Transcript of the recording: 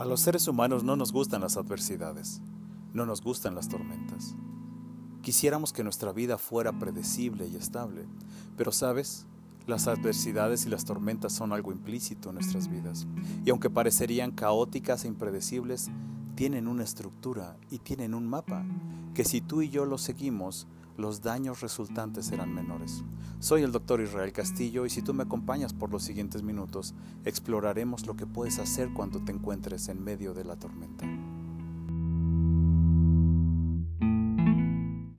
A los seres humanos no nos gustan las adversidades, no nos gustan las tormentas. Quisiéramos que nuestra vida fuera predecible y estable, pero ¿sabes? Las adversidades y las tormentas son algo implícito en nuestras vidas, y aunque parecerían caóticas e impredecibles, tienen una estructura y tienen un mapa, que si tú y yo lo seguimos, los daños resultantes serán menores. Soy el Dr. Israel Castillo y si tú me acompañas por los siguientes minutos, exploraremos lo que puedes hacer cuando te encuentres en medio de la tormenta.